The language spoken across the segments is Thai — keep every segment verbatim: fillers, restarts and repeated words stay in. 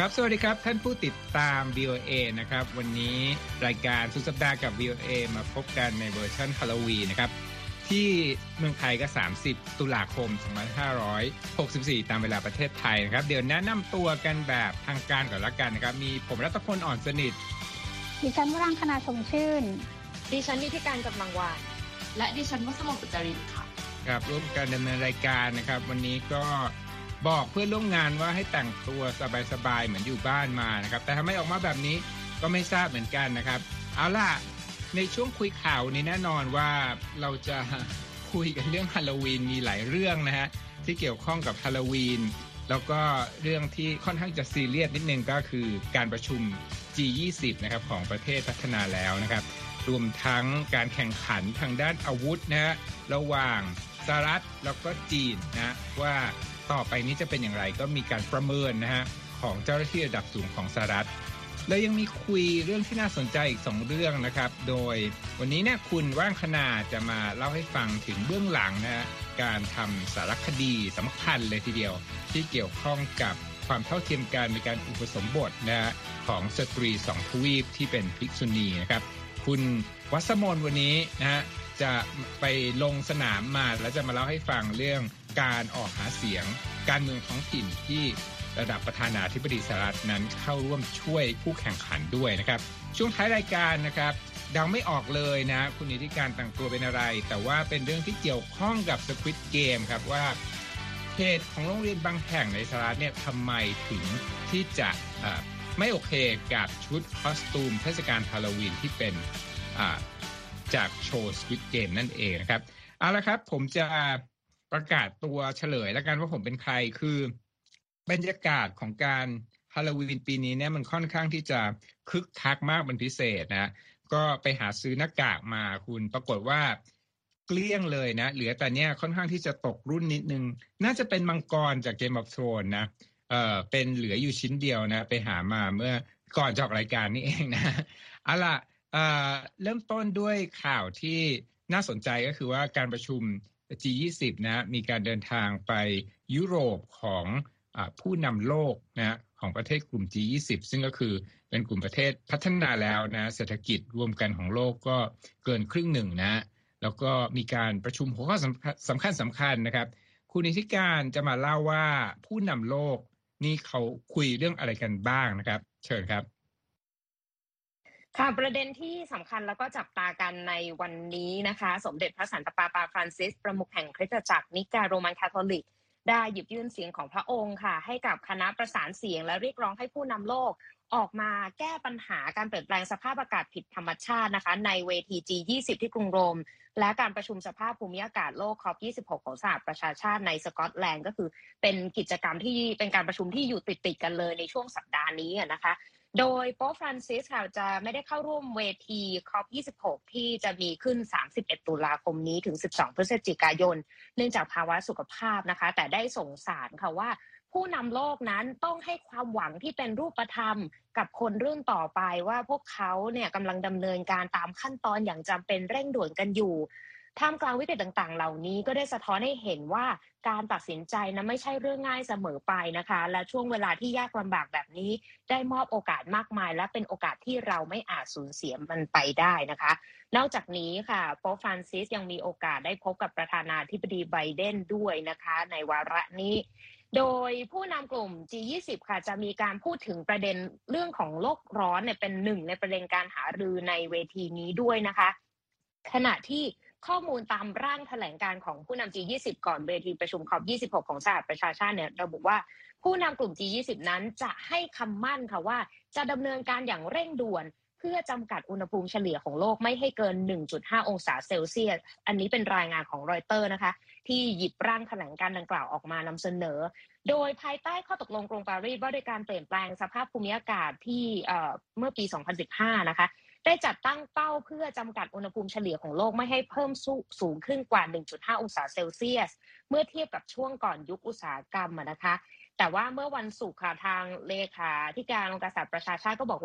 ครับสวัสดีครับท่านผู้ติดตาม วี โอ เอ นะครับวันนี้รายการสุดสัปดาห์กับ วี โอ เอ มาพบกันในเวอร์ชันฮาโลวีนนะครับที่เมืองไทยก็สามสิบตุลาคมสองพันห้าร้อยหกสิบสี่ตามเวลาประเทศไทยนะครับเดี๋ยวแนะนำตัวกันแบบทางการก่อนละกันนะครับมีผมรัตพลอ่อนสนิทดิฉันวรังคณาชมชื่นดิฉันนิติการกำลังวานและดิฉันวัสมงกุจริตค่ะครับร่วมกันดำเนินรายการนะครับวันนี้ก็บอกเพื่อนร่วมงานว่าให้แต่งตัวสบายๆเหมือนอยู่บ้านมานะครับแต่ทำไมออกมาแบบนี้ก็ไม่ทราบเหมือนกันนะครับเอาล่ะในช่วงคุยข่าวนี้แน่นอนว่าเราจะคุยกันเรื่องฮาโลวีนมีหลายเรื่องนะฮะที่เกี่ยวข้องกับฮาโลวีนแล้วก็เรื่องที่ค่อนข้างจะซีเรียสนิดนึงก็คือการประชุม จี ยี่สิบ นะครับของประเทศพัฒนาแล้วนะครับรวมทั้งการแข่งขันทางด้านอาวุธนะฮะระหว่างสหรัฐแล้วก็จีนนะว่าต่อไปนี้จะเป็นอย่างไรก็มีการประเมินนะฮะของเจ้าหน้าที่ระดับสูงของสหรัฐแล้วยังมีคุยเรื่องที่น่าสนใจอีกสองเรื่องนะครับโดยวันนี้เนี่ยคุณว่างคณาจะมาเล่าให้ฟังถึงเบื้องหลังนะฮะการทำสารคดีสำคัญเลยทีเดียวที่เกี่ยวข้องกับความเท่าเทียมกันในการอุปสมบทนะฮะของสตรีสองทวีปที่เป็นภิกษุณีนะครับคุณวัสมนวันนี้นะฮะจะไปลงสนามมาแล้วจะมาเล่าให้ฟังเรื่องการออกหาเสียงการเมืองท้องถิ่นที่ระดับประธานาธิบดีสหรัฐนั้นเข้าร่วมช่วยผู้แข่งขันด้วยนะครับช่วงท้ายรายการนะครับเดาไม่ออกเลยนะคุณนิติการแต่งตัวเป็นอะไรแต่ว่าเป็นเรื่องที่เกี่ยวข้องกับ Squid Game ครับว่าเหตุของโรงเรียนบางแห่งในสหรัฐเนี่ยทำไมถึงที่จะไม่โอเคกับชุดคอสตูมเทศกาลฮาโลวีนที่เป็นจากโชว์ Squid Game นั่นเองนะครับเอาละครับผมจะประกาศตัวเฉลยแล้วกันว่าผมเป็นใครคือบรรยากาศของการฮาโลวีนปีนี้เนี่ยมันค่อนข้างที่จะคึกคักมากเป็นพิเศษนะก็ไปหาซื้อหน้ากากมาคุณปรากฏว่าเกลี้ยงเลยนะเหลือแต่เนี่ยค่อนข้างที่จะตกรุ่นนิดนึงน่าจะเป็นมังกรจาก Game of Thrones นะเอ่อเป็นเหลืออยู่ชิ้นเดียวนะไปหามาเมื่อก่อนจบรายการนี่เองนะเอาล่ะเอ่อเริ่มต้นด้วยข่าวที่น่าสนใจก็คือว่าการประชุมจี ยี่สิบ นะมีการเดินทางไปยุโรปของอ่าผู้นำโลกนะของประเทศกลุ่ม จี ยี่สิบ ซึ่งก็คือเป็นกลุ่มประเทศพัฒนาแล้วนะเศรษฐกิจรวมกันของโลกก็เกินครึ่งหนึ่งนะแล้วก็มีการประชุมหัวข้อสำคัญสำคัญนะครับคุณนิติการจะมาเล่าว่าผู้นำโลกนี่เขาคุยเรื่องอะไรกันบ้างนะครับเชิญครับค่ะประเด็นที่สำคัญแล้วก็จับตากันในวันนี้นะคะสมเด็จพระสันตะปาปาฟรานซิสประมุขแห่งคริสตจักรนิกายโรมันคาทอลิกได้หยิบยื่นเสียงของพระองค์ค่ะให้กับคณะประสานเสียงและเรียกร้องให้ผู้นำโลกออกมาแก้ปัญหาการเปลี่ยนแปลงสภาพอากาศผิดธรรมชาตินะคะในเวที จี ยี่สิบ ที่กรุงโรมและการประชุมสภาพภูมิอากาศโลก ซี โอ พี ยี่สิบหก ของสหประชาชาติในสกอตแลนด์ก็คือเป็นกิจกรรมที่เป็นการประชุมที่อยู่ติดๆกันเลยในช่วงสัปดาห์นี้นะคะโดยโป๊ปฟรานซิสค่ะจะไม่ได้เข้าร่วมเวที ซี โอ พี ยี่สิบหก ที่จะมีขึ้นสามสิบเอ็ดตุลาคมนี้ถึงสิบสองพฤศจิกายนเนื่องจากภาวะสุขภาพนะคะแต่ได้ส่งสารค่ะว่าผู้นำโลกนั้นต้องให้ความหวังที่เป็นรูปธรรมกับคนรุ่นต่อไปว่าพวกเขาเนี่ยกำลังดำเนินการตามขั้นตอนอย่างจำเป็นเร่งด่วนกันอยู่ท่ามกลางวิกฤตต่างๆเหล่านี้ก็ได้สะท้อนให้เห็นว่าการตัดสินใจนั้นไม่ใช่เรื่องง่ายเสมอไปนะคะและช่วงเวลาที่ยากลำบากแบบนี้ได้มอบโอกาสมากมายและเป็นโอกาสที่เราไม่อาจสูญเสียมันไปได้นะคะนอกจากนี้ค่ะโป๊ปฟรานซิสยังมีโอกาสได้พบกับประธานาธิบดีไบเดนด้วยนะคะในวาระนี้โดยผู้นำกลุ่ม จี ยี่สิบ ค่ะจะมีการพูดถึงประเด็นเรื่องของโลกร้อนเนี่ยเป็นหนึ่งในประเด็นการหารือในเวทีนี้ด้วยนะคะขณะที่ข้อมูลตามร่างแถลงการของผู้นำ จี ยี่สิบ ก่อนเวทีประชุม ซี โอ พี ยี่สิบหก ของสหประชาชาติเนี่ยระบุว่าผู้นำกลุ่ม จี ยี่สิบ นั้นจะให้คำมั่นค่ะว่าจะดำเนินการอย่างเร่งด่วนเพื่อจำกัดอุณหภูมิเฉลี่ยของโลกไม่ให้เกิน หนึ่งจุดห้า องศาเซลเซียสอันนี้เป็นรายงานของรอยเตอร์นะคะที่หยิบร่างแถลงการดังกล่าวออกมานำเสนอโดยภายใต้ข้อตกลงกรุงปารีสว่าด้วยการเปลี่ยนแปลงสภาพภูมิอากาศที่เอ่อเมื่อปี สองพันสิบห้า นะคะได้จัดตั้งเป้าเพื่อจำกัดอุณหภูมิเฉลี่ยของโลกไม่ให้เพิ่มสูงขึ้นกว่า หนึ่งจุดห้า องศาเซลเซียสเมื่อเทียบกับช่วงก่อนยุคอุตสาหกรรมนะคะแต่ว่าเมื่อวันศุกร์ค่ะทางเลขาธิการองค์การสหประชาชาติก็บอกว่า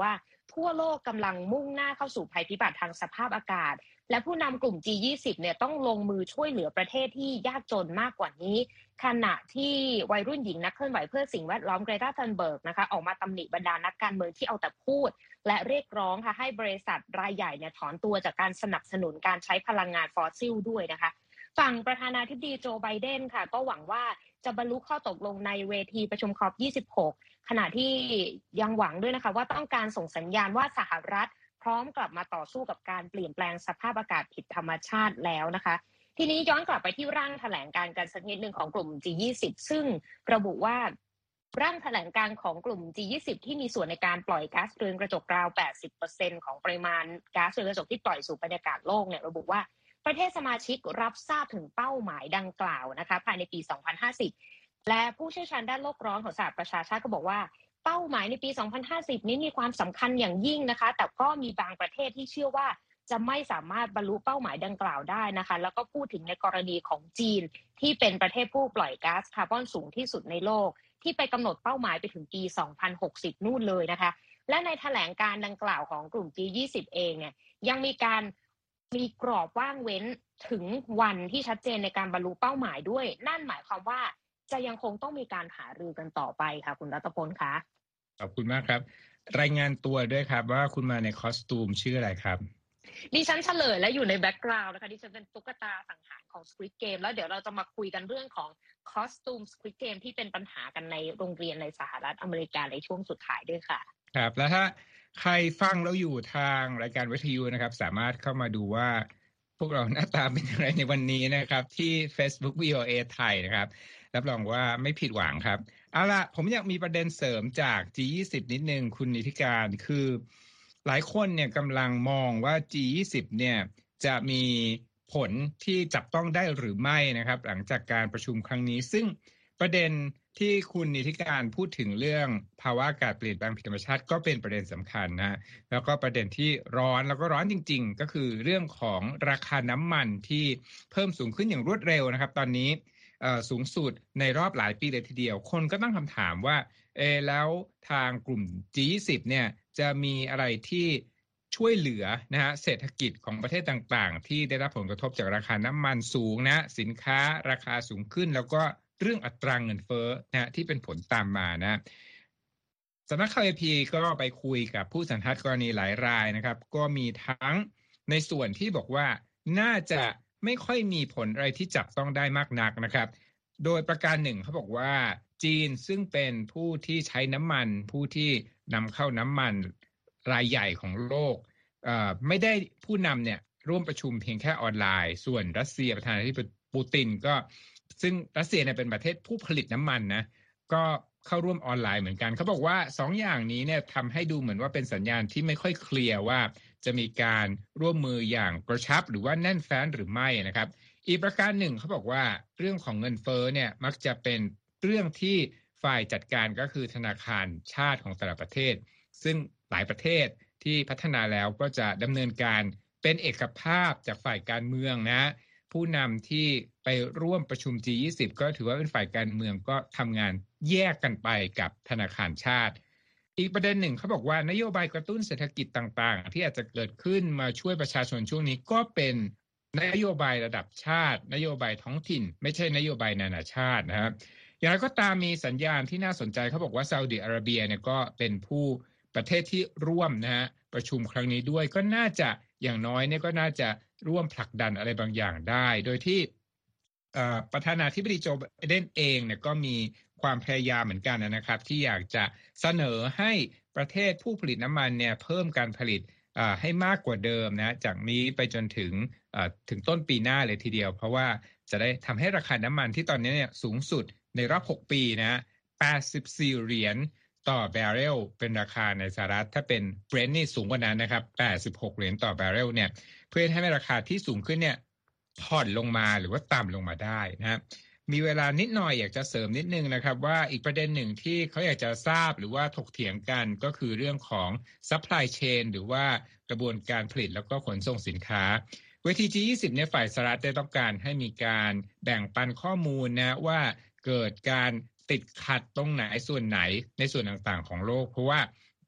ทั่วโลกกำลังมุ่งหน้าเข้าสู่ภัยพิบัติทางสภาพอากาศและผู้นำกลุ่ม จี ยี่สิบ เนี่ยต้องลงมือช่วยเหลือประเทศที่ยากจนมากกว่านี้ขณะที่วัยรุ่นหญิงนักเคลื่อนไหวเพื่อสิ่งแวดล้อมเกรตา ธันเบิร์กนะคะออกมาตำหนิบรรดานักการเมืองที่เอาแต่พูดและเรียกร้องค่ะให้บริษัทรายใหญ่เนี่ยถอนตัวจากการสนับสนุนการใช้พลังงานฟอสซิลด้วยนะคะฝั่งประธานาธิบดีโจไบเดนค่ะก็หวังว่าจะบรรลุข้อตกลงในเวทีประชุม คอป ยี่สิบหก ขณะที่ยังหวังด้วยนะคะว่าต้องการส่งสัญญาณว่าสหรัฐพร้อมกลับมาต่อสู้กับการเปลี่ยนแปลงสภาพอากาศผิดธรรมชาติแล้วนะคะทีนี้ย้อนกลับไปที่ร่างแถลงการณ์กันสักนิดนึงของกลุ่ม จี ยี่สิบ ซึ่งระบุว่าร่างแถลงการณ์ของกลุ่ม จี ยี่สิบ ที่มีส่วนในการปล่อยก๊าซเรือนกระจกราว แปดสิบเปอร์เซ็นต์ ของปริมาณก๊าซเรือนกระจกที่ปล่อยสู่บรรยากาศโลกเนี่ยระบุว่าประเทศสมาชิกรับทราบถึงเป้าหมายดังกล่าวนะคะภายในปี สองพันห้าสิบ และผู้เชี่ยวชาญด้านโลกร้อนของสหประชาชาติก็บอกว่าเป้าหมายในปี สองพันห้าสิบ นี้มีความสำคัญอย่างยิ่งนะคะแต่ก็มีบางประเทศที่เชื่อว่าจะไม่สามารถบรรลุเป้าหมายดังกล่าวได้นะคะแล้วก็พูดถึงในกรณีของจีนที่เป็นประเทศผู้ปล่อยก๊าซคาร์บอนสูงที่สุดในโลกที่ไปกำหนดเป้าหมายไปถึงปี สองพันหกสิบ นู่นเลยนะคะและในแถลงการดังกล่าวของกลุ่ม จี ยี่สิบ เองเนี่ยยังมีการมีกรอบว่างเว้นถึงวันที่ชัดเจนในการบรรลุเป้าหมายด้วยนั่นหมายความว่าจะยังคงต้องมีการหารือกันต่อไปค่ะคุณรัตพลคะขอบคุณมากครับรายงานตัวด้วยครับว่าคุณมาในคอสตูมชื่ออะไรครับดิฉันเฉลยและอยู่ในแบ็กกราวด์นะคะดิฉันเป็นตุ๊กตาสังหารของ Squid Game แล้วเดี๋ยวเราจะมาคุยกันเรื่องของคอสตูม Squid Game ที่เป็นปัญหากันในโรงเรียนในสหรัฐอเมริกาในช่วงสุดท้ายด้วยค่ะครับแล้วถ้าใครฟังเราอยู่ทางรายการวิทยุนะครับสามารถเข้ามาดูว่าพวกเราหน้าตาเป็นอย่างไรในวันนี้นะครับที่ Facebook วี โอ เอ ไทยนะครับรับรองว่าไม่ผิดหวังครับเอาล่ะผมอยากมีประเด็นเสริมจาก จี ยี่สิบ นิดนึงคุณนิติการคือหลายคนเนี่ยกำลังมองว่า จี ยี่สิบ เนี่ยจะมีผลที่จับต้องได้หรือไม่นะครับหลังจากการประชุมครั้งนี้ซึ่งประเด็นที่คุณนิติการพูดถึงเรื่องภาวะอากาศเปลี่ยนแปลงผิดธรรมชาติก็เป็นประเด็นสำคัญนะแล้วก็ประเด็นที่ร้อนแล้วก็ร้อนจริงๆก็คือเรื่องของราคาน้ำมันที่เพิ่มสูงขึ้นอย่างรวดเร็วนะครับตอนนี้สูงสุดในรอบหลายปีเลยทีเดียวคนก็ตั้งคำถามว่าเออแล้วทางกลุ่ม จี ยี่สิบ เนี่ยจะมีอะไรที่ช่วยเหลือนะฮะเศรษฐกิจของประเทศต่างๆที่ได้รับผลกระทบจากราคาน้ำมันสูงนะสินค้าราคาสูงขึ้นแล้วก็เรื่องอัตราเงินเฟ้อนะที่เป็นผลตามมานะสำนักข่าว เอ พี ก็ไปคุยกับผู้สันทัดกรณีหลายรายนะครับก็มีทั้งในส่วนที่บอกว่าน่าจะไม่ค่อยมีผลอะไรที่จับต้องได้มากนักนะครับโดยประการหนึ่งเขาบอกว่าจีนซึ่งเป็นผู้ที่ใช้น้ำมันผู้ที่นำเข้าน้ำมันรายใหญ่ของโลกไม่ได้ผู้นำเนี่ยร่วมประชุมเพียงแค่ออนไลน์ส่วนรัสเซียประธานาธิบดีปูตินก็ซึ่งรัสเซียเนี่ยเป็นประเทศผู้ผลิตน้ำมันนะก็เข้าร่วมออนไลน์เหมือนกันเขาบอกว่าสองอย่างนี้เนี่ยทำให้ดูเหมือนว่าเป็นสัญญาณที่ไม่ค่อยเคลียร์ว่าจะมีการร่วมมืออย่างกระชับหรือว่าแน่นแฟ้นหรือไม่นะครับอีกประการหนึ่งเขาบอกว่าเรื่องของเงินเฟ้อเนี่ยมักจะเป็นเรื่องที่ฝ่ายจัดการก็คือธนาคารชาติของแต่ละประเทศซึ่งหลายประเทศที่พัฒนาแล้วก็จะดำเนินการเป็นเอกภาพจากฝ่ายการเมืองนะผู้นำที่ไปร่วมประชุม จี ยี่สิบ ก็ถือว่าเป็นฝ่ายการเมืองก็ทำงานแยกกันไปกับธนาคารชาติอีกประเด็นหนึ่งเขาบอกว่านโยบายกระตุ้นเศรษฐกิจต่างๆที่อาจจะเกิดขึ้นมาช่วยประชาชนช่วงนี้ก็เป็นนโยบายระดับชาตินโยบายท้องถิ่นไม่ใช่นโยบายนานาชาตินะครับอย่างไรก็ตามมีสัญญาณที่น่าสนใจเขาบอกว่าซาอุดิอาระเบียเนี่ยก็เป็นผู้ประเทศที่ร่วมนะฮะประชุมครั้งนี้ด้วยก็น่าจะอย่างน้อยเนี่ยก็น่าจะร่วมผลักดันอะไรบางอย่างได้โดยที่ประธานาธิบดีโจไบเดนเองเนี่ยก็มีความพยายามเหมือนกันนะครับที่อยากจะเสนอให้ประเทศผู้ผลิตน้ำมันเนี่ยเพิ่มการผลิตให้มากกว่าเดิมนะจากนี้ไปจนถึงถึงต้นปีหน้าเลยทีเดียวเพราะว่าจะได้ทำให้ราคาน้ำมันที่ตอนนี้เนี่ยสูงสุดในรอบหกปีนะแปดสิบสี่เหรียญต่อแบเรลเป็นราคาในสหรัฐถ้าเป็น Brent นี่สูงกว่านั้นนะครับแปดสิบหกเหรียญต่อแบเรลเนี่ยเพื่อให้ราคาที่สูงขึ้นเนี่ยผ่อนลงมาหรือว่าต่ำลงมาได้นะมีเวลานิดหน่อยอยากจะเสริมนิดนึงนะครับว่าอีกประเด็นหนึ่งที่เขาอยากจะทราบหรือว่าถกเถียงกันก็คือเรื่องของ supply chain หรือว่ากระบวนการผลิตแล้วก็ขนส่งสินค้าเวที จี ยี่สิบ เนี่ยฝ่ายสหรัฐได้ต้องการให้มีการแบ่งปันข้อมูลนะว่าเกิดการติดขัดตรงไหนส่วนไหนในส่วนต่างๆของโลกเพราะว่า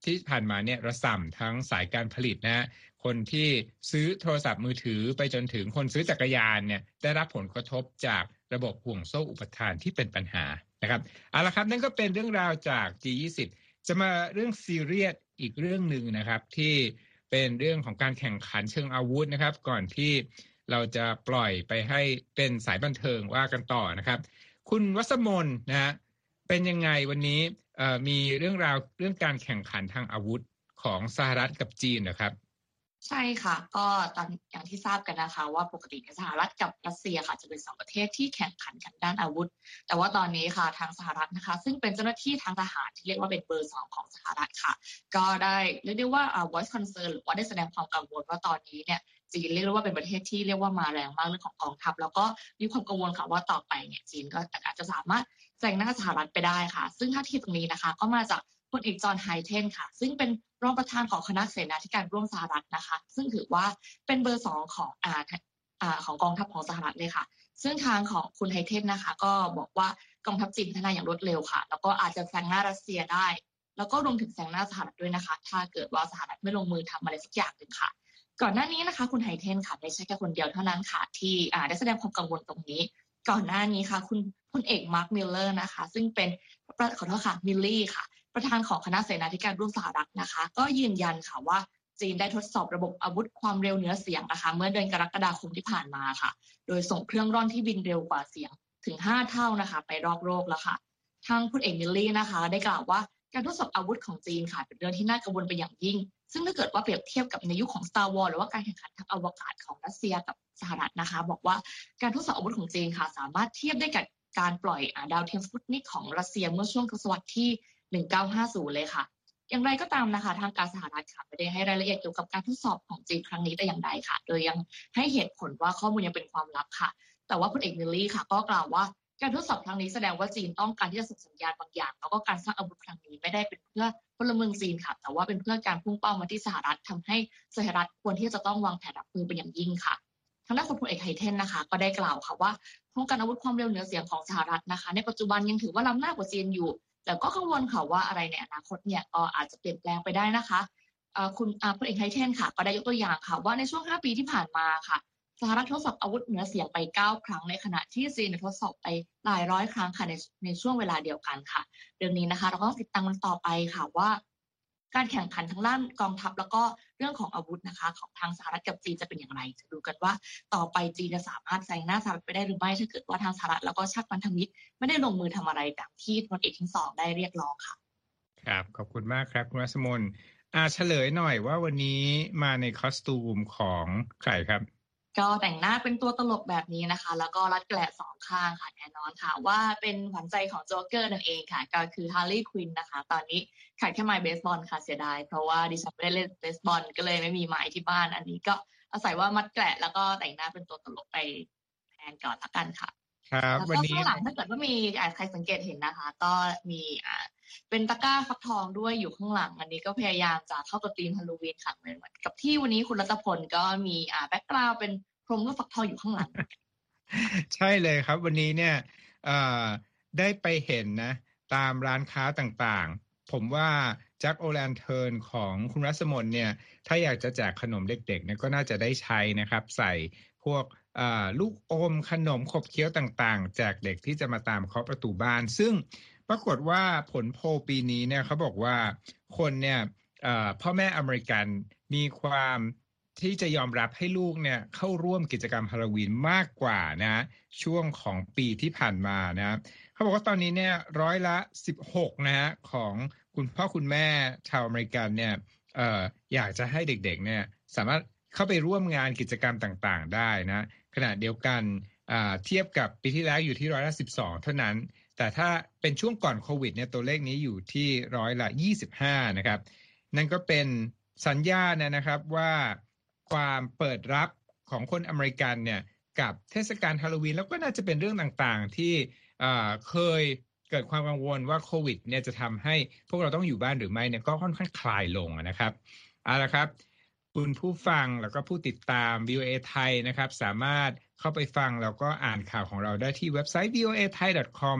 ที่ผ่านมาเนี่ยระส่ำทั้งสายการผลิตนะฮะคนที่ซื้อโทรศัพท์มือถือไปจนถึงคนซื้อจักรยานเนี่ยได้รับผลกระทบจากระบบห่วงโซ่อุปทานที่เป็นปัญหานะครับเอาละครับนั่นก็เป็นเรื่องราวจาก จี ยี่สิบ จะมาเรื่องซีเรียสอีกเรื่องนึงนะครับที่เป็นเรื่องของการแข่งขันเชิงอาวุธนะครับก่อนที่เราจะปล่อยไปให้เป็นสายบันเทิงว่ากันต่อนะครับคุณวัสมนนะฮะเป็นยังไงวันนี้มีเรื่องราวเรื่องการแข่งขันทางอาวุธของสหรัฐกับจีนนะครับใช่ค่ะก็ตอนอย่างที่ทราบกันนะคะว่าปกติสหรัฐกับรัสเซียค่ะจะเป็นสองประเทศที่แข่งขันกันด้านอาวุธแต่ว่าตอนนี้ค่ะทางสหรัฐนะคะซึ่งเป็นเจ้าหน้าที่ทางทหารที่เรียกว่าเป็นเบอร์สองของสหรัฐค่ะก็ได้เรียกได้ว่า voice concern หรือว่าได้แสดงความกังวลว่าตอนนี้เนี่ยจีนเรียกได้ว่าเป็นประเทศที่เรียกว่ามาแรงมากเรื่องของกองทัพแล้วก็มีความกังวลค่ะว่าต่อไปเนี่ยจีนก็อาจจะสามารถแซงหน้าสหรัฐไปได้ค่ะซึ่งท่าทีตรงนี้นะคะก็มาจากพลเอกจอห์นไฮเทนค่ะซึ่งเป็นรองประธานของคณะเสนาธิการร่วมสหรัฐนะคะซึ่งถือว่าเป็นเบอร์สองของอ่าอ่าของกองทัพของสหรัฐเลยค่ะซึ่งทางของคุณไฮเทนนะคะก็บอกว่ากองทัพจีนพัฒนาอย่างรวดเร็วค่ะแล้วก็อาจจะแซงหน้ารัสเซียได้แล้วก็รวมถึงแซงหน้าสหรัฐด้วยนะคะถ้าเกิดว่าสหรัฐไม่ลงมือทำอะไรสักอย่างหนึ่งค่ะก่อนหน้านี้นะคะคุณไฮเทนค่ะไม่ใช่แค่คนเดียวเท่านั้นค่ะที่อ่าได้แสดงความกังวลตรงนี้ก่อนหน้านี้ค่ะคุณพลเอกมาร์คมิลเลอร์นะคะซึ่งเป็นขอโทษค่ะมิลลี่ค่ะประธานของคณะเสนาธิการร่วมสหรัฐนะคะก็ยืนยันค่ะว่าจีนได้ทดสอบระบบอาวุธความเร็วเหนือเสียงนะคะเมื่อเดือนกรกฎาคมที่ผ่านมาค่ะโดยส่งเครื่องร่อนที่บินเร็วกว่าเสียงถึงห้าเท่านะคะไปรอบโลกแล้วค่ะทางพลเอกมิลลี่นะคะได้กล่าวว่าการทดสอบอาวุธของจีนค่ะเป็นเรื่องที่น่ากังวลไปอย่างยิ่งซึ่งถ้าเกิดว่าเปรียบเทียบกับในยุคของ Star Wars หรือว่าการแข่งขันทางอวกาศของรัสเซียกับสหรัฐนะคะบอกว่าการทดสอบอาวุธของจีนค่ะสามารถเทียบได้กับการปล่อยดาวเทียมสปุตนิกของรัสเซียเมื่อช่วงทศวรรษที่หนึ่งพันเก้าร้อยห้าสิบเลยค่ะอย่างไรก็ตามนะคะทางการสหรัฐค่ะไม่ได้ให้รายละเอียดเกี่ยวกับการทดสอบของจีนครั้งนี้แต่อย่างใดค่ะโดยยังให้เหตุผลว่าข้อมูลยังเป็นความลับค่ะแต่ว่าพลเอกมิลลี่ค่ะก็กล่าวว่าการทดสอบครั้งนี้แสดงว่าจีนต้องการที่จะส่งสัญญาณบางอย่างแล้วก็การสร้างอาวุธครั้งนี้ไม่ได้เป็นเพื่อพลเมืองจีนค่ะแต่ว่าเป็นเพื่อการพุ่งเป้ามาที่สหรัฐทำให้สหรัฐควรที่จะต้องวางแผนรับมือเป็นอย่างยิ่งค่ะทางด้านคุณพลเอกไฮเทนนะคะก็ได้กล่าวค่ะว่าโครงการอาวุธความเร็วเหนือเสียงของสหรัฐนะคะในปัจจุบันยังถือว่าล้ำหน้ากว่าจีนอยู่แต่ก็กังวลค่ะว่าอะไรในอนาคตเนี่ยก็อาจจะเปลี่ยนแปลงไปได้นะคะคุณพลเอกไฮเทนค่ะก็ได้ยกตัวอย่างค่ะว่าในช่วงห้าปีที่ผ่านมาค่ะสหรัฐทดสอบอาวุธเหนือเสียงไปเก้าครั้งในขณะที่จีนทดสอบไปหลายร้อยครั้งค่ะในในช่วงเวลาเดียวกันค่ะเรื่องนี้นะคะเราก็ต้องติดตามกันต่อไปค่ะว่าการแข่งขันทางด้านกองทัพแล้วก็เรื่องของอาวุธนะคะของทางสหรัฐกับจีนจะเป็นอย่างไรจะดูกันว่าต่อไปจีนจะสามารถแซงหน้าสหรัฐไปได้หรือไม่ถ้าเกิดว่าทางสหรัฐแล้วก็ชาติพันธมิตรไม่ได้ลงมือทำอะไรตามที่พลเอกทั้งสองได้เรียกร้องค่ะครับขอบคุณมากครับคุณรัศมนอ่าเฉลยหน่อยว่าวันนี้มาในคอสตูมของใครครับก็แต่งหน้าเป็นตัวตลกแบบนี้นะคะแล้วก็รัดแกละสองข้างค่ะแน่นอนค่ะว่าเป็นขวัญใจของโจ๊กเกอร์นั่นเองค่ะก็คือฮาร์ลีย์ควินนะคะตอนนี้ขาดแค่ไม้เบสบอลค่ะเสียดายเพราะว่าดิฉันไม่ได้เล่นเบสบอลก็เลยไม่มีไม้ที่บ้านอันนี้ก็อาศัยว่ามัดแกละแล้วก็แต่งหน้าเป็นตัวตลกไปแทนก่อนละกันค่ะครับวันนี้ข้างหลังถ้าเกิดว่ามีใครสังเกตเห็นนะคะก็มีอ่าเป็นตะกร้าฟักทองด้วยอยู่ข้างหลังอันนี้ก็พยายามจะเข้ากับธีมฮาโลวีนค่ะเหมือนกับที่วันนี้คุณรัตพลก็มีอ่าแบ็คกราวด์เป็นพรมลูกฟักทองอยู่ข้างหลังใช่เลยครับวันนี้เนี่ยได้ไปเห็นนะตามร้านค้าต่างๆผมว่าแจ็คโอแลนเทิร์นของคุณรัศมนเนี่ยถ้าอยากจะแจกขนมเด็กๆเนี่ยก็น่าจะได้ใช้นะครับใส่พวกลูกอมขนมขบเคี้ยวต่างๆแจกเด็กที่จะมาตามเคาะประตูบ้านซึ่งปรากฏว่าผลโพลปีนี้เนี่ยเขาบอกว่าคนเนี่ยพ่อแม่อเมริกันมีความที่จะยอมรับให้ลูกเนี่ยเข้าร่วมกิจกรรมฮาโลวีนมากกว่านะช่วงของปีที่ผ่านมานะเขาบอกว่าตอนนี้เนี่ยร้อยละสิบหกนะฮะของคุณพ่อคุณแม่ชาวอเมริกันเนี่ยเอ่ออยากจะให้เด็กๆเนี่ยสามารถเข้าไปร่วมงานกิจกรรมต่างๆได้นะขณะเดียวกันเทียบกับปีที่แล้วอยู่ที่ร้อยละสิบสองเท่านั้นแต่ถ้าเป็นช่วงก่อนโควิดเนี่ยตัวเลขนี้อยู่ที่ร้อยละยี่สิบห้านะครับนั่นก็เป็นสัญญาณนะครับว่าความเปิดรับของคนอเมริกันเนี่ยกับเทศกาลฮาโลวีนแล้วก็น่าจะเป็นเรื่องต่างๆที่เคยเกิดความกังวลว่าโควิดเนี่ยจะทำให้พวกเราต้องอยู่บ้านหรือไม่เนี่ยก็ค่อนข้างคลายลงนะครับเอาละครับคุณผู้ฟังแล้วก็ผู้ติดตาม วี โอ เอ ไทยนะครับสามารถเข้าไปฟังแล้วก็อ่านข่าวของเราได้ที่เว็บไซต์ วี โอ เอ ไทย ดอท คอม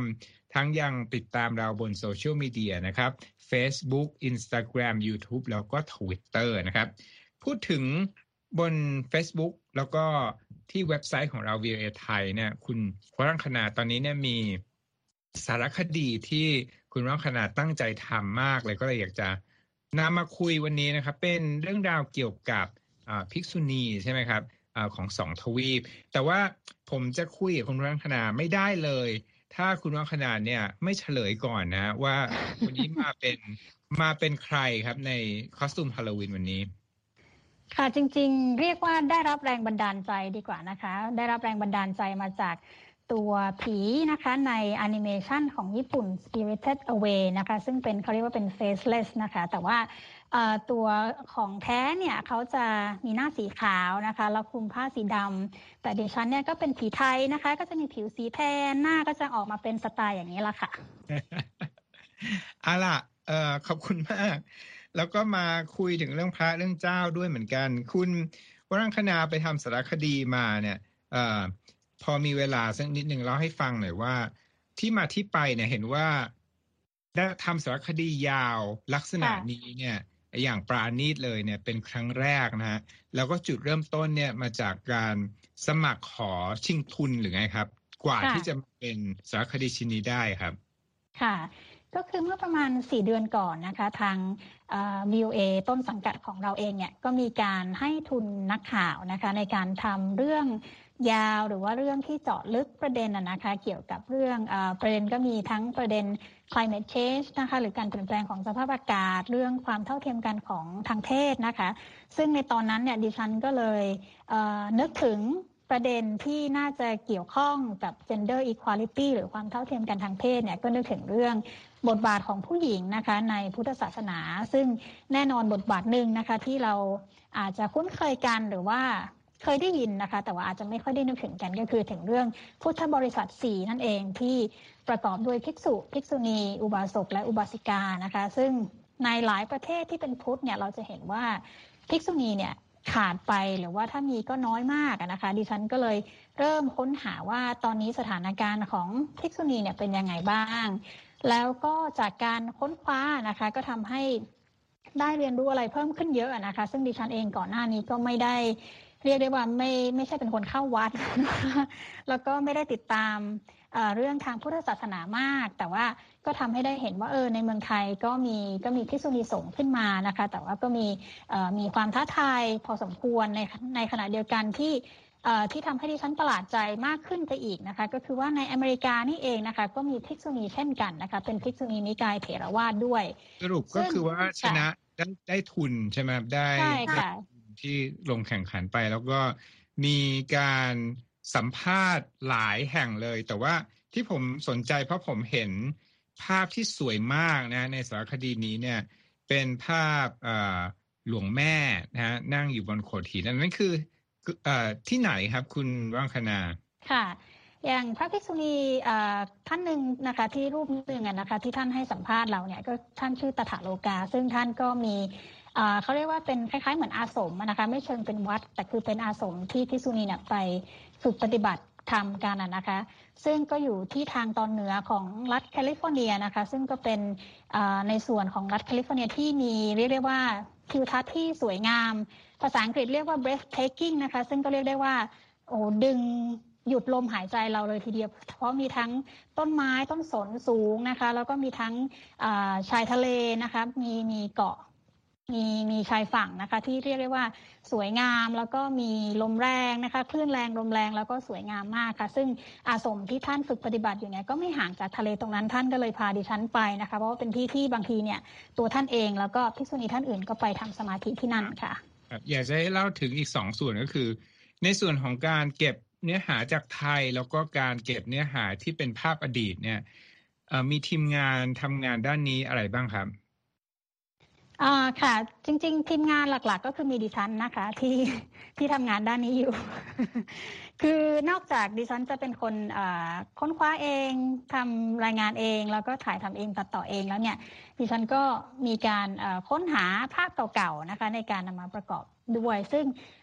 ทั้งยังติดตามเราบนโซเชียลมีเดียนะครับ Facebook Instagram YouTube แล้วก็ Twitter นะครับพูดถึงบน Facebook แล้วก็ที่เว็บไซต์ของเรา วี โอ เอ ไทยเนี่ยคุณวรังคณาตอนนี้เนี่ยมีสารคดีที่คุณวรังคณาตั้งใจทำมากเลยก็เลยอยากจะนำมาคุยวันนี้นะครับเป็นเรื่องราวเกี่ยวกับภิกษุณีใช่ไหมครับของสองทวีปแต่ว่าผมจะคุยกับคุณวรังคณาไม่ได้เลยถ้าคุณวรังคณาเนี่ยไม่เฉลยก่อนนะว่าวันนี้มาเป็นมาเป็นใครครับในคอสตูมฮาโลวีนวันนี้ค่ะจริงๆเรียกว่าได้รับแรงบันดาลใจดีกว่านะคะได้รับแรงบันดาลใจมาจากตัวผีนะคะในแอนิเมชันของญี่ปุ่น Spirited Away นะคะซึ่งเป็นเขาเรียกว่าเป็น faceless นะคะแต่ว่าตัวของแท้เนี่ยเขาจะมีหน้าสีขาวนะคะแล้วคลุมผ้าสีดำแต่ดิฉันเนี่ยก็เป็นผีไทยนะคะก็จะมีผิวสีแทนหน้าก็จะออกมาเป็นสไตล์อย่างนี้ละค่ะเอาล่ะเอ่อขอบคุณมากแล้วก็มาคุยถึงเรื่องพระเรื่องเจ้าด้วยเหมือนกันคุณวรังคณาไปทำสารคดีมาเนี่ยเอ่อพอมีเวลาสักนิดนึงเล่าให้ฟังหน่อยว่าที่มาที่ไปเนี่ยเห็นว่าได้ทำสารคดียาวลักษณะนี้เนี่ยอย่างปราณีตเลยเนี่ยเป็นครั้งแรกนะฮะแล้วก็จุดเริ่มต้นเนี่ยมาจากการสมัครขอชิงทุนหรือไงครับกว่าที่จะเป็นสารคดีชิ้นนี้ได้ครับค่ะก็คือเมื่อประมาณสี่เดือนก่อนนะคะทาง วี โอ เอ ต้นสังกัดของเราเองเนี่ยก็มีการให้ทุนนักข่าวนะคะในการทำเรื่องยาวหรือว่าเรื่องที่เจาะลึกประเด็นนะคะเกี่ยวกับเรื่องเอ่อประเด็นก็มีทั้งประเด็น climate change นะคะหรือการเปลี่ยนแปลงของสภาพอากาศเรื่องความเท่าเทียมกันของทางเพศนะคะซึ่งในตอนนั้นเนี่ยดิฉันก็เลยเอ่อนึกถึงประเด็นที่น่าจะเกี่ยวข้องกับ gender equality หรือความเท่าเทียมกันทางเพศเนี่ยก็นึกถึงเรื่องบทบาทของผู้หญิงนะคะในพุทธศาสนาซึ่งแน่นอนบทบาทหนึ่งนะคะที่เราอาจจะคุ้นเคยกันหรือว่าเคยได้ยินนะคะแต่ว่าอาจจะไม่ค่อยได้นึกถึงกันก็คือถึงเรื่องพุทธบริษัทสี่นั่นเองที่ประกอบด้วยภิกษุภิกษุณีอุบาสกและอุบาสิกานะคะซึ่งในหลายประเทศที่เป็นพุทธเนี่ยเราจะเห็นว่าภิกษุณีเนี่ยขาดไปหรือว่าถ้ามีก็น้อยมากนะคะดิฉันก็เลยเริ่มค้นหาว่าตอนนี้สถานการณ์ของภิกษุณีเนี่ยเป็นยังไงบ้างแล้วก็จากการค้นคว้านะคะก็ทำให้ได้เรียนรู้อะไรเพิ่มขึ้นเยอะนะคะซึ่งดิฉันเองก่อนหน้านี้ก็ไม่ได้เรียกได้ว่าไม่ไม่ใช่เป็นคนเข้าวัด แล้วก็ไม่ได้ติดตามเอ่อเรื่องทางพุทธศาสนามากแต่ว่าก็ทำให้ได้เห็นว่าเออในเมืองไทยก็มีก็มีภิกษุณีสงฆ์ขึ้นมานะคะแต่ว่าก็มีเอ่อมีความท้าทายพอสมควรในในขณะเดียวกันที่เอ่อที่ทำให้ดิฉันประหลาดใจมากขึ้นไปอีกนะคะก็คือว่าในอเมริกานี่เองนะคะก็มีภิกษุณีเช่นกันนะคะเป็นภิกษุณีนิกายเถรวาทด้วยสรุปก็คือว่าชนะได้ได้ทุนใช่ไหมได้ใช่ค่ะที่ลงแข่งขันไปแล้วก็มีการสัมภาษณ์หลายแห่งเลยแต่ว่าที่ผมสนใจเพราะผมเห็นภาพที่สวยมากนะในสารคดีนี้เนี่ยเป็นภาพหลวงแม่นะฮะนั่งอยู่บนโขดหินนั่นคือที่ไหนครับคุณวรังคณาค่ะอย่างพระภิกษุณีท่านหนึ่งนะคะที่รูปหนึ่งนะคะที่ท่านให้สัมภาษณ์เราเนี่ยก็ท่านชื่อตถาโลกาซึ่งท่านก็มีเขาเรียกว่าเป็นคล้ายๆเหมือนอาสมนะคะไม่เชิงเป็นวัดแต่คือเป็นอาสมที่ภิกษุณีเนี่ยไปฝึกปฏิบัติธรรมกันนะคะซึ่งก็อยู่ที่ทางตอนเหนือของรัฐแคลิฟอร์เนียนะคะซึ่งก็เป็นในส่วนของรัฐแคลิฟอร์เนียที่มีเรียกได้ว่าทิวทัศน์ที่สวยงามภาษาอังกฤษเรียกว่า breathtaking นะคะซึ่งก็เรียกได้ว่าโอ้ดึงหยุดลมหายใจเราเลยทีเดียวเพราะมีทั้งต้นไม้ต้นสนสูงนะคะแล้วก็มีทั้งชายทะเลนะคะมีมีเกาะมีมีชายฝั่งนะคะที่เรียกได้ว่าสวยงามแล้วก็มีลมแรงนะคะคลื่นแรงลมแรงแล้วก็สวยงามมากค่ะซึ่งอาสมที่ท่านฝึกปฏิบัติอยู่เนี่ยก็ไม่ห่างจากทะเลตรงนั้นท่านก็เลยพาดิฉันไปนะคะเพราะว่าเป็นที่ที่บางทีเนี่ยตัวท่านเองแล้วก็ภิกษุณีท่านอื่นก็ไปทำสมาธิที่นั่นค่ะอยากจะให้เล่าถึงอีกสองส่วนก็คือในส่วนของการเก็บเนื้อหาจากไทยแล้วก็การเก็บเนื้อหาที่เป็นภาพอดีตเนี่ยมีทีมงานทำงานด้านนี้อะไรบ้างครับอ่าค่ะจริงๆทีมงานหลักๆก็คือมีดิฉันนะคะที่ที่ทำงานด้านนี้อยู่ คือนอกจากดิฉันจะเป็นคนค้นคว้าเองทำรายงานเองแล้วก็ถ่ายทำเองตัดต่อเองแล้วเนี่ยดิฉันก็มีการค้นหาภาพเก่าๆนะคะในการนำมาประกอบด้วยซึ่ง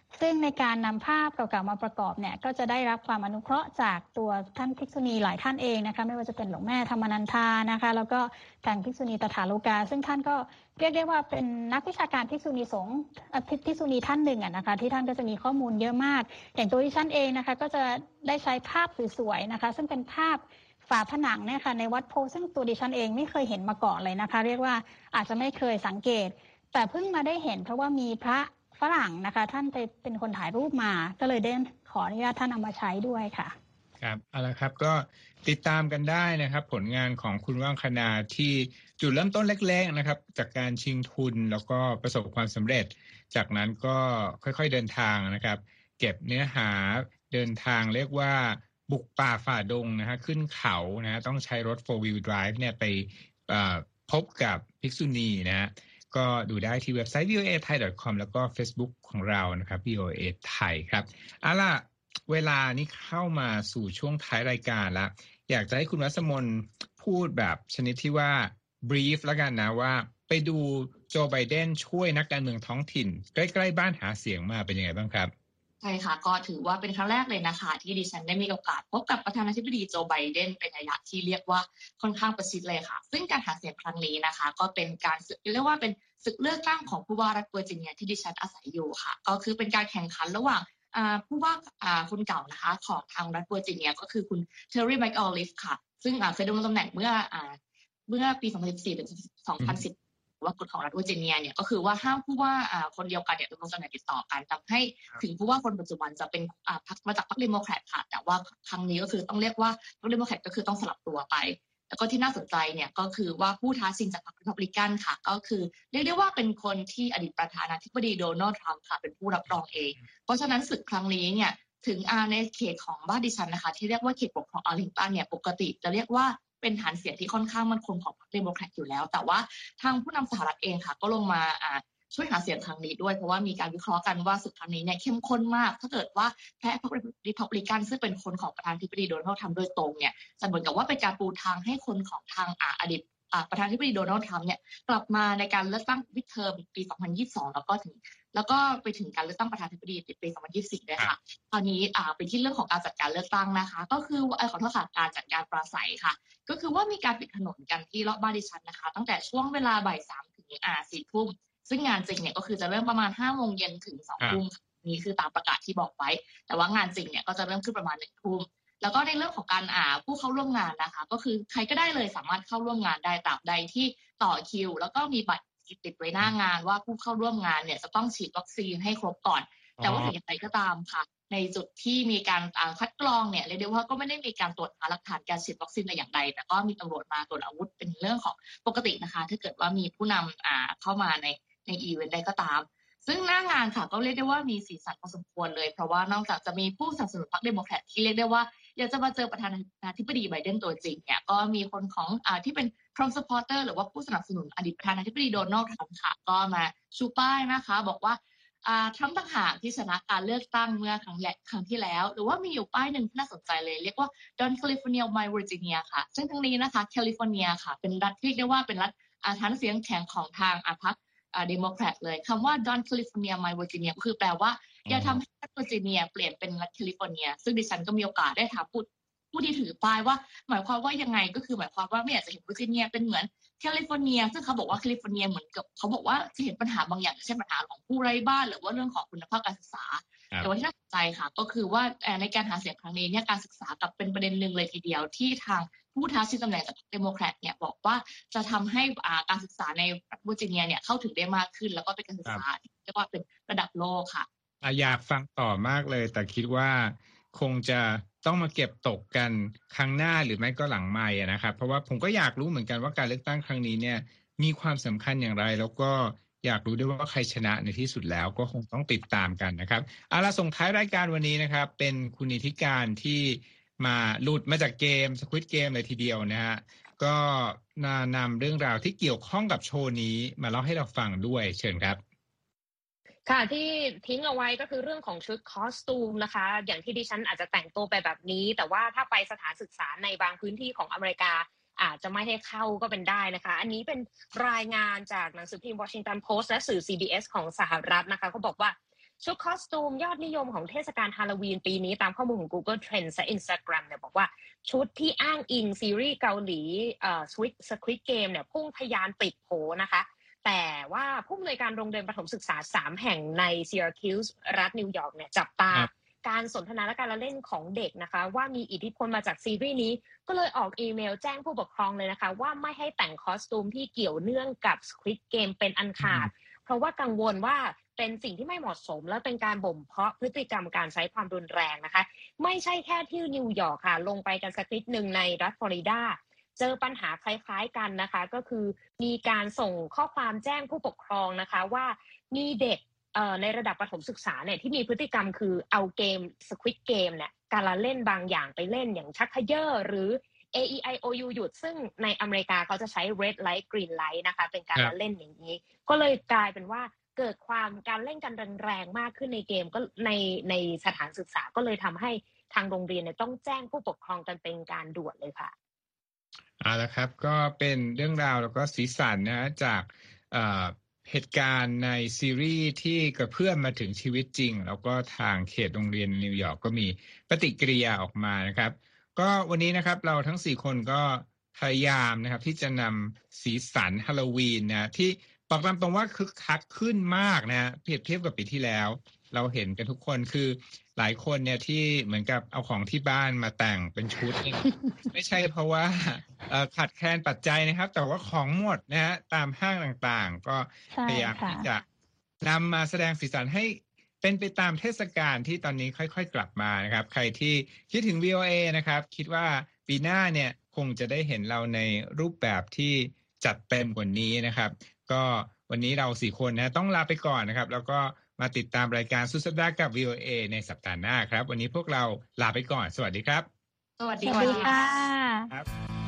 ซึ่งในการนำภาพเก่าๆมาประกอบเนี่ยก็จะได้รับความอนุเคราะห์จากตัวท่านภิกษุณีหลายท่านเองนะคะไม่ว่าจะเป็นหลวงแม่ธรรมนันทานะคะแล้วก็ทางภิกษุณีตถาโลกาซึ่งท่านก็เรียกได้ว่าเป็นนักวิชาการภิกษุณีสงฆ์ภิกษุณีท่านหนึ่งนะคะที่ท่านก็จะมีข้อมูลเยอะมากอย่างตัวดิฉันเองนะคะก็จะได้ใช้ภาพสวยๆนะคะซึ่งเป็นภาพฝาผนังเนี่ยค่ะในวัดโพซึ่งตัวดิฉันเองไม่เคยเห็นมาก่อนเลยนะคะเรียกว่าอาจจะไม่เคยสังเกตแต่เพิ่งมาได้เห็นเพราะว่ามีพระฝรั่งนะคะท่านไปเป็นคนถ่ายรูปมาก็เลยได้ขออนุญาตท่านเอามาใช้ด้วยค่ะครับเอาละครับก็ติดตามกันได้นะครับผลงานของคุณว่างคณาที่จุดเริ่มต้นเล็กๆนะครับจากการชิงทุนแล้วก็ประสบความสำเร็จจากนั้นก็ค่อยๆเดินทางนะครับเก็บเนื้อหาเดินทางเรียกว่าบุกป่าฝ่าดงนะฮะขึ้นเขานะฮะต้องใช้รถ โฟร์ วีล Drive เนี่ยไปพบกับภิกษุณีนะฮะก็ดูได้ที่เว็บไซต์ วี โอ เอ ไทย ดอท คอม แล้วก็ Facebook ของเรานะครับ วี โอ เอ ไทยครับเอาล่ะเวลานี้เข้ามาสู่ช่วงท้ายรายการแล้วอยากจะให้คุณวัสมนพูดแบบชนิดที่ว่า brief แล้วกันนะว่าไปดูโจไบเดนช่วยนักการเมืองท้องถิ่นใกล้ๆบ้านหาเสียงมาเป็นยังไงบ้างครับใช่ค่ะก็ถือว่าเป็นครั้งแรกเลยนะคะที่ดิฉันได้มีโอกาสพบกับประธานาธิบดีโจไบเดนเป็นระยะที่เรียกว่าค่อนข้างประชิดเลยค่ะซึ่งการหาเสียงครั้งนี้นะคะก็เป็นการเรียกว่าเป็นศึกเลือกตั้งของผู้ว่ารัฐเวอร์จิเนียที่ดิฉันอาศัยอยู่ค่ะก็คือเป็นการแข่งขันระหว่างผู้ว่าคนเก่านะคะของทางรัฐเวอร์จิเนียก็คือคุณเทอร์รี่แมคออลิฟค่ะซึ่งเคยดำรงตำแหน่งเมื่อเมื่อปีสองพันสิบสี่ถึงสองพันสิบว่ากฎของรัฐเวอร์จิเนียเนี่ยก็คือว่าห้ามผู้ว่าคนเดียวกันเนี่ยดำรงตำแหน่งติดต่อกันทำให้ถึงผู้ว่าคนปัจจุบันจะเป็นพรรคมาจากพรรคเดโมแครตค่ะแต่ว่าครั้งนี้ก็คือต้องเรียกว่าพรรคเดโมแครตก็คือต้องสลับตัวไปแล้วก็ที่น่าสนใจเนี่ยก็คือว่าผู้ท้าชิงจากพรรครีพับลิกันค่ะก็คือเรียกได้ว่าเป็นคนที่อดีตประธานาธิบดีโดนัลด์ทรัมป์ค่ะเป็นผู้รับรองเองเพราะฉะนั้นศึกครั้งนี้เนี่ยถึงในเขตของบ้านดิฉันนะคะที่เรียกว่าเขตปกครองอาร์ลิงตันเนี่ยปกติจะเรียกว่าเป็นฐานเสียงที่ค่อนข้างมั่นคงของพรรคเดโมแครตอยู่แล้วแต่ว่าทางผู้นำสหรัฐเองค่ะก็ลงมาช่วยหาเสียงครั้งนี้ด้วยเพราะว่ามีการวิเคราะห์กันว่าศึกครั้งนี้เนี่ยเข้มข้นมากถ้าเกิดว่าแพ้พรรครีพับลิกันซึ่งเป็นคนของประธานาธิบดีโดนัลด์ทรัมป์โดยตรงเนี่ยจะเหมือนกับว่าเป็นการปูทางให้คนของทางอดีตประธานาธิบดีโดนัลด์ทรัมป์เนี่ยกลับมาในการเลือกตั้งมิดเทอมปีสองพันยี่สิบสองแล้วก็ถึงแล้วก็ไปถึงการเลือกตั้งประธานาธิบดีปีสองพันยี่สิบสี่ด้วยค่ะตอนนี้อ่าเป็นที่เรื่องของการจัดการเลือกตั้งนะคะก็คือขอโทษค่ะการจัดการปราศัยค่ะก็คือว่ามีการปิดถนนกันที่รอบบ้านดิฉันนะคะตั้งแต่ช่วงเวลาบ่ายสามถึงอ่าสี่ทุ่มซึ่งงานจริงเนี่ยก็คือจะเริ่มประมาณห้าโมงเย็นถึงสองทุ่มนี่คือตามประกาศที่บอกไว้แต่ว่างานจริงเนี่ยก็จะเริ่มขึ้นประมาณหนึ่งทุ่มแล้วก็ในเรื่องของการอ่าผู้เข้าร่วมงานนะคะก็คือใครก็ได้เลยสามารถเข้าร่วมงานได้ตราบใดที่ต่อคิวแล้วก็มีบัตรติดไว้หน้างานว่าผู้เข้าร่วมงานเนี่ยจะต้องฉีดวัคซีนให้ครบก่อนแต่ว่าถึงอย่างไรก็ตามค่ะในจุดที่มีการคัดกรองเนี่ยเรียกได้ว่าก็ไม่ได้มีการตรวจหาหลักฐานการฉีดวัคซีนแต่อย่างใดแต่ก็มีตำรวจมาตรวจอาวุธเป็นเรื่องของปกตินะคะถ้าเกิดว่ามีผู้นำอ่าเข้ามาในในอีเวนต์ใดก็ตามซึ่งหน้างานค่ะก็เรียกได้ว่ามีสีสันพอสมควรเลยเพราะว่านอกจากจะมีผู้สนับสนุนพรรคเดโมแครตที่เรียกได้ว่าอยากจะมาเจอประธานาธิบดีไบเดนตัวจริงเนี่ยก็มีคนของอ่าที่เป็นทรัมป์ซัพพอร์เตอร์หรือว่าผู้สนับสนุนอดีตประธานาธิบดีโดนัลด์ทรัมป์ค่ะก็มาชูป้ายนะคะบอกว่าอ่าทรัมป์ต่างหากที่ชนะการเลือกตั้งเมื่อครั้งแรกครั้งที่แล้วหรือว่ามีอยู่ป้ายหนึ่งที่น่าสนใจเลยเรียกว่า Don California My Virginia ค่ะซึ่งทั้งนี้นะคะแคลิฟอร์เนียค่ะเป็นรัฐที่เรียกได้ว่าเป็นรัฐอ่าฐานเสียงแข็งของทางอ่าพรรคอ่าเดโมแครตเลยคำว่า Don California My Virginia ก็คือแปลว่าอย่าทำให้รัฐเวอร์จิเนียเปลี่ยนเป็นรัฐแคลิฟอร์เนียซึ่งดิฉันก็มีโอกาสได้ถามผู้ผู้ที่ถือป้ายว่าหมายความว่ายังไงก็คือหมายความว่าไม่อยากจะเห็นเวอร์จิเนียเป็นเหมือนแคลิฟอร์เนียซึ่งเขาบอกว่าแคลิฟอร์เนียเหมือนกับเขาบอกว่าจะเห็นปัญหาบางอย่างเช่นปัญหาของผู้ไร้บ้านหรือว่าเรื่องของคุณภาพการศึกษาแต่ว่าที่น่าสนใจค่ะก็คือว่าในการหาเสียงครั้งนี้เนี่ยการศึกษากับเป็นประเด็นหนึ่งเลยทีเดียวที่ทางผู้ท้าชิงตำแหน่งจากเดโมแครตเนี่ยบอกว่าจะทำให้การศึกษาในรัฐเวอร์จิเนียเนี่ยเข้าถึงได้มากขึ้นแล้วก็เป็นการศึกษาที่เรียกว่าเป็นระดับโลกค่ะอยากฟังต่อมากเลยแต่คิดว่าคงจะต้องมาเก็บตกกันครั้งหน้าหรือไม่ก็หลังไมค์นะครับเพราะว่าผมก็อยากรู้เหมือนกันว่าการเลือกตั้งครั้งนี้เนี่ยมีความสำคัญอย่างไรแล้วก็อยากรู้ด้วยว่าใครชนะในที่สุดแล้วก็คงต้องติดตามกันนะครับเอาล่ะส่งท้ายรายการวันนี้นะครับเป็นคุณนิติการที่มาหลุดมาจากเกม Squid Game เลยทีเดียวนะฮะก็นำเรื่องราวที่เกี่ยวข้องกับโชว์นี้มาเล่าให้เราฟังด้วยเชิญครับค่ะที่ทิ้งเอาไว้ก็คือเรื่องของชุดคอสตูมนะคะอย่างที่ดิฉันอาจจะแต่งตัวไปแบบนี้แต่ว่าถ้าไปสถานศึกษาในบางพื้นที่ของอเมริกาอาจจะไม่ให้เข้าก็เป็นได้นะคะอันนี้เป็นรายงานจากหนังสือพิมพ์ Washington Post และสื่อ ซี บี เอส ของสหรัฐนะคะเขาบอกว่าชุดคอสตูมยอดนิยมของเทศกาลฮาโลวีนปีนี้ตามข้อมูลของ Google Trends และ Instagram เนี่ยบอกว่าชุดที่อ้างอิงซีรีส์เกาหลีเอ่อ Squid Game เนี่ยพุ่งทะยานติดโผนะคะแต่ว่าผู้อำนวยการโรงเรียนประถมศึกษาสามแห่งใน Syracuse รัฐนิวยอร์กเนี่ยจับตาการสนทนาและการละเล่นของเด็กนะคะว่ามีอิทธิพลมาจากซีรีส์นี้ก็เลยออกอีเมลแจ้งผู้ปกครองเลยนะคะว่าไม่ให้แต่งคอสตูมที่เกี่ยวเนื่องกับ Squid Game เป็นอันขาดเพราะว่ากังวลว่าเป็นสิ่งที่ไม่เหมาะสมและเป็นการบ่มเพาะพฤติกรรมการใช้ความรุนแรงนะคะไม่ใช่แค่ที่นิวยอร์กค่ะลงไปกันสักนิดนึงในรัฐฟลอริดาเจอปัญหาคล้ายๆกันนะคะก็คือมีการส่งข้อความแจ้งผู้ปกครองนะคะว่ามีเด็กในระดับประถมศึกษาเนี่ยที่มีพฤติกรรมคือเอาเกม Squid Game เนี่ยการละเล่นบางอย่างไปเล่นอย่างชักเขย่อหรือ เอ อี ไอ โอ ยู หยุดซึ่งในอเมริกาเขาจะใช้ red light green light นะคะเป็นการละเล่นอย่างนี้ก็เลยกลายเป็นว่าเกิดความการเล่นกันแรงๆมากขึ้นในเกมก็ในในสถานศึกษาก็เลยทำให้ทางโรงเรียนเนี่ยต้องแจ้งผู้ปกครองกันเป็นการด่วนเลยค่ะเอาละครับก็เป็นเรื่องราวแล้วก็สีสันนะจากเหตุการณ์ในซีรีส์ที่กระเพื่อมมาถึงชีวิตจริงแล้วก็ทางเขตโรงเรียนนิวยอร์กก็มีปฏิกิริยาออกมานะครับก็วันนี้นะครับเราทั้งสี่คนก็พยายามนะครับที่จะนำสีสันฮาโลวีนนะที่บอกตามตรงว่าคึกคักขึ้นมากนะเปรียบเทียบกับปีที่แล้วเราเห็นกันทุกคนคือหลายคนเนี่ยที่เหมือนกับเอาของที่บ้านมาแต่งเป็นชุด ไม่ใช่เพราะว่าขาดแคลนปัจจัยนะครับแต่ว่าของหมดนะฮะตามห้างต่างๆก็พยายามที่จะนำมาแสดงสีสันให้เป็นไปตามเทศกาลที่ตอนนี้ค่อยๆกลับมานะครับใครที่คิดถึง วี โอ เอ นะครับคิดว่าปีหน้าเนี่ยคงจะได้เห็นเราในรูปแบบที่จัดเต็มกว่านี้นะครับก็วันนี้เราสี่คนนะต้องลาไปก่อนนะครับแล้วก็มาติดตามรายการสุดสัปดาห์กับ วี โอ เอ ในสัปดาห์หน้าครับวันนี้พวกเราลาไปก่อนสวัสดีครับสวัสดีค่ะครับ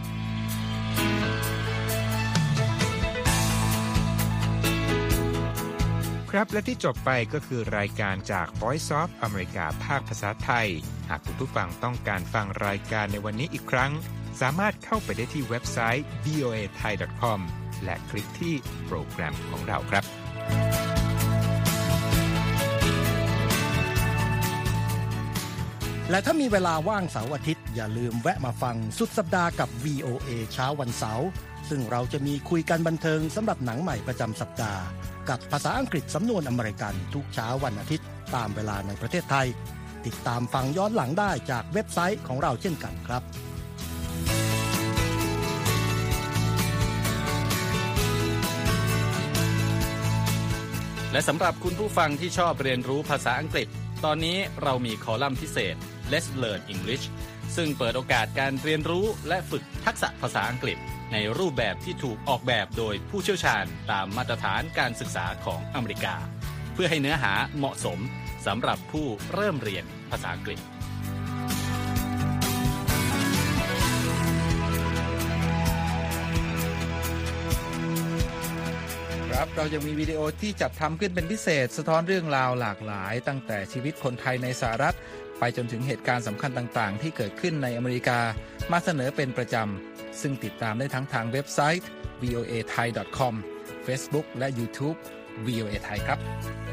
ครับและที่จบไปก็คือรายการจาก Voice of America ภาคภาษาไทยหากคุณผู้ฟังต้องการฟังรายการในวันนี้อีกครั้งสามารถเข้าไปได้ที่เว็บไซต์ วี โอ เอ ไทย ดอท คอม และคลิกที่โปรแกรมของเราครับและถ้ามีเวลาว่างเสาร์อาทิตย์อย่าลืมแวะมาฟังสุดสัปดาห์กับ วี โอ เอ เช้าวันเสาร์ซึ่งเราจะมีคุยกันบันเทิงสำหรับหนังใหม่ประจำสัปดาห์กับภาษาอังกฤษสำนวนอเมริกันทุกเช้าวันอาทิตย์ตามเวลาในประเทศไทยติดตามฟังย้อนหลังได้จากเว็บไซต์ของเราเช่นกันครับและสำหรับคุณผู้ฟังที่ชอบเรียนรู้ภาษาอังกฤษตอนนี้เรามีคอลัมน์พิเศษ Let's Learn English ซึ่งเปิดโอกาสการเรียนรู้และฝึกทักษะภาษาอังกฤษในรูปแบบที่ถูกออกแบบโดยผู้เชี่ยวชาญตามมาตรฐานการศึกษาของอเมริกาเพื่อให้เนื้อหาเหมาะสมสำหรับผู้เริ่มเรียนภาษาอังกฤษครับเรายังมีวิดีโอที่จัดทำขึ้นเป็นพิเศษสะท้อนเรื่องราวหลากหลายตั้งแต่ชีวิตคนไทยในสหรัฐไปจนถึงเหตุการณ์สำคัญต่างๆที่เกิดขึ้นในอเมริกามาเสนอเป็นประจำซึ่งติดตามได้ทั้งทางเว็บไซต์ วี โอ เอ ไทย ดอท คอม Facebook และ YouTube วี โอ เอ ไทยครับ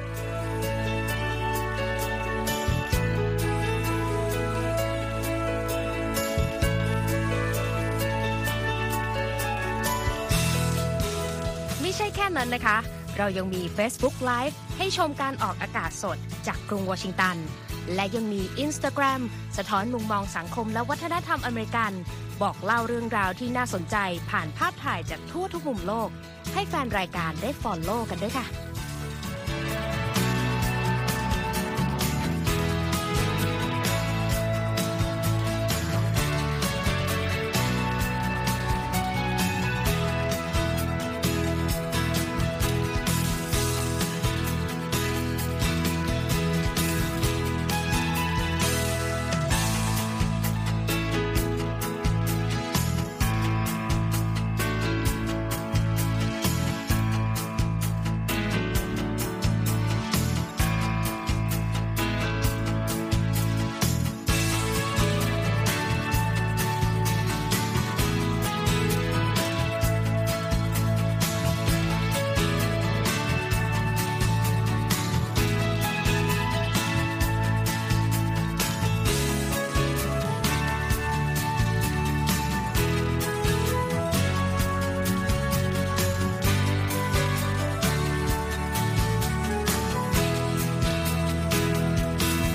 ไม่ใช่แค่นั้นนะคะเรายังมี Facebook Live ให้ชมการออกอากาศสดจากกรุงวอชิงตันและยังมี Instagram สะท้อนมุมมองสังคมและวัฒนธรรมอเมริกันบอกเล่าเรื่องราวที่น่าสนใจผ่านภาพถ่ายจากทั่วทุกมุมโลกให้แฟนรายการได้ follow กันด้วยค่ะ